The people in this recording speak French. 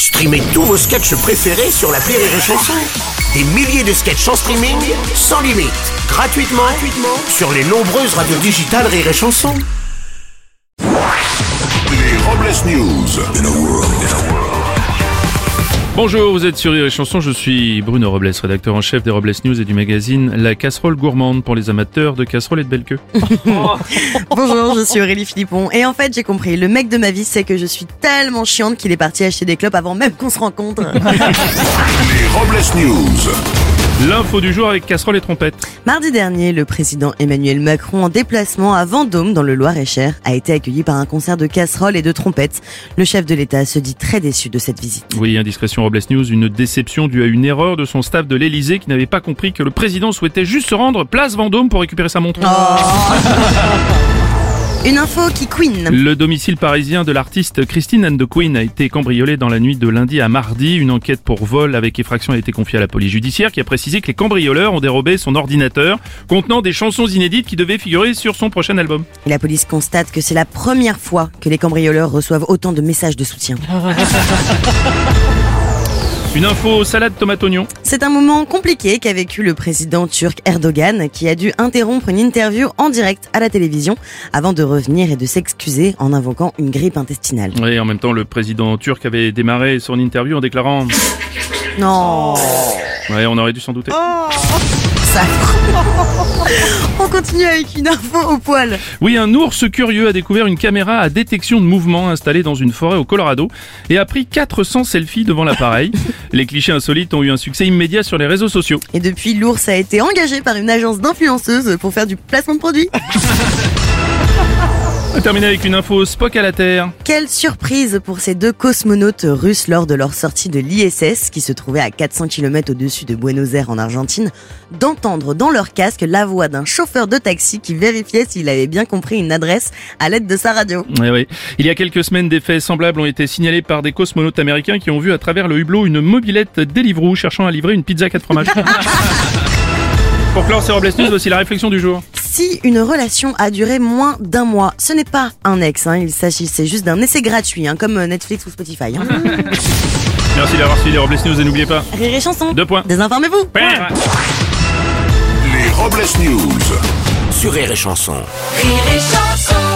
Streamez tous vos sketchs préférés sur l'appli Rire et Chanson. Des milliers de sketchs en streaming, sans limite, gratuitement sur les nombreuses radios digitales Rire et Chanson. Les Robles News. Bonjour, vous êtes sur Rire et Chanson, je suis Bruno Robles, rédacteur en chef des Robles News et du magazine La Casserole Gourmande pour les amateurs de casseroles et de belle queue. Bonjour, je suis Aurélie Philippon et en fait j'ai compris, le mec de ma vie sait que je suis tellement chiante qu'il est parti acheter des clopes avant même qu'on se rencontre. Les Robles News. L'info du jour avec casserole et trompette. Mardi dernier, le président Emmanuel Macron, en déplacement à Vendôme dans le Loir-et-Cher, a été accueilli par un concert de casseroles et de trompettes. Le chef de l'État se dit très déçu de cette visite. Oui, indiscrétion Robles News, une déception due à une erreur de son staff de l'Elysée qui n'avait pas compris que le président souhaitait juste se rendre place Vendôme pour récupérer sa montre. Une info qui queen. Le domicile parisien de l'artiste Christine and the Queen a été cambriolé dans la nuit de lundi à mardi. Une enquête pour vol avec effraction a été confiée à la police judiciaire qui a précisé que les cambrioleurs ont dérobé son ordinateur contenant des chansons inédites qui devaient figurer sur son prochain album. Et la police constate que c'est la première fois que les cambrioleurs reçoivent autant de messages de soutien. Une info salade tomate-oignon. C'est un moment compliqué qu'a vécu le président turc Erdogan qui a dû interrompre une interview en direct à la télévision avant de revenir et de s'excuser en invoquant une grippe intestinale. Oui, en même temps, le président turc avait démarré son interview en déclarant... Non. Ouais, on aurait dû s'en douter. Ça. On continue avec une info au poil. Oui, un ours curieux a découvert une caméra à détection de mouvement installée dans une forêt au Colorado et a pris 400 selfies devant l'appareil. Les clichés insolites ont eu un succès immédiat sur les réseaux sociaux. Et depuis, l'ours a été engagé par une agence d'influenceuses pour faire du placement de produits. On va terminer avec une info Spock à la Terre. Quelle surprise pour ces deux cosmonautes russes lors de leur sortie de l'ISS, qui se trouvait à 400 km au-dessus de Buenos Aires en Argentine, d'entendre dans leur casque la voix d'un chauffeur de taxi qui vérifiait s'il avait bien compris une adresse à l'aide de sa radio. Oui. Il y a quelques semaines, des faits semblables ont été signalés par des cosmonautes américains qui ont vu à travers le hublot une mobilette Deliveroo cherchant à livrer une pizza 4 fromages. Pour clore ces Robles News, voici la réflexion du jour. Si une relation a duré moins d'un mois, ce n'est pas un ex, il s'agissait juste d'un essai gratuit, comme Netflix ou Spotify. Merci d'avoir suivi les Robles News et n'oubliez pas... Rire et Chanson. 2 points. Désinformez-vous. Les Robles News. Sur Rire et Chanson. Rire et Chanson.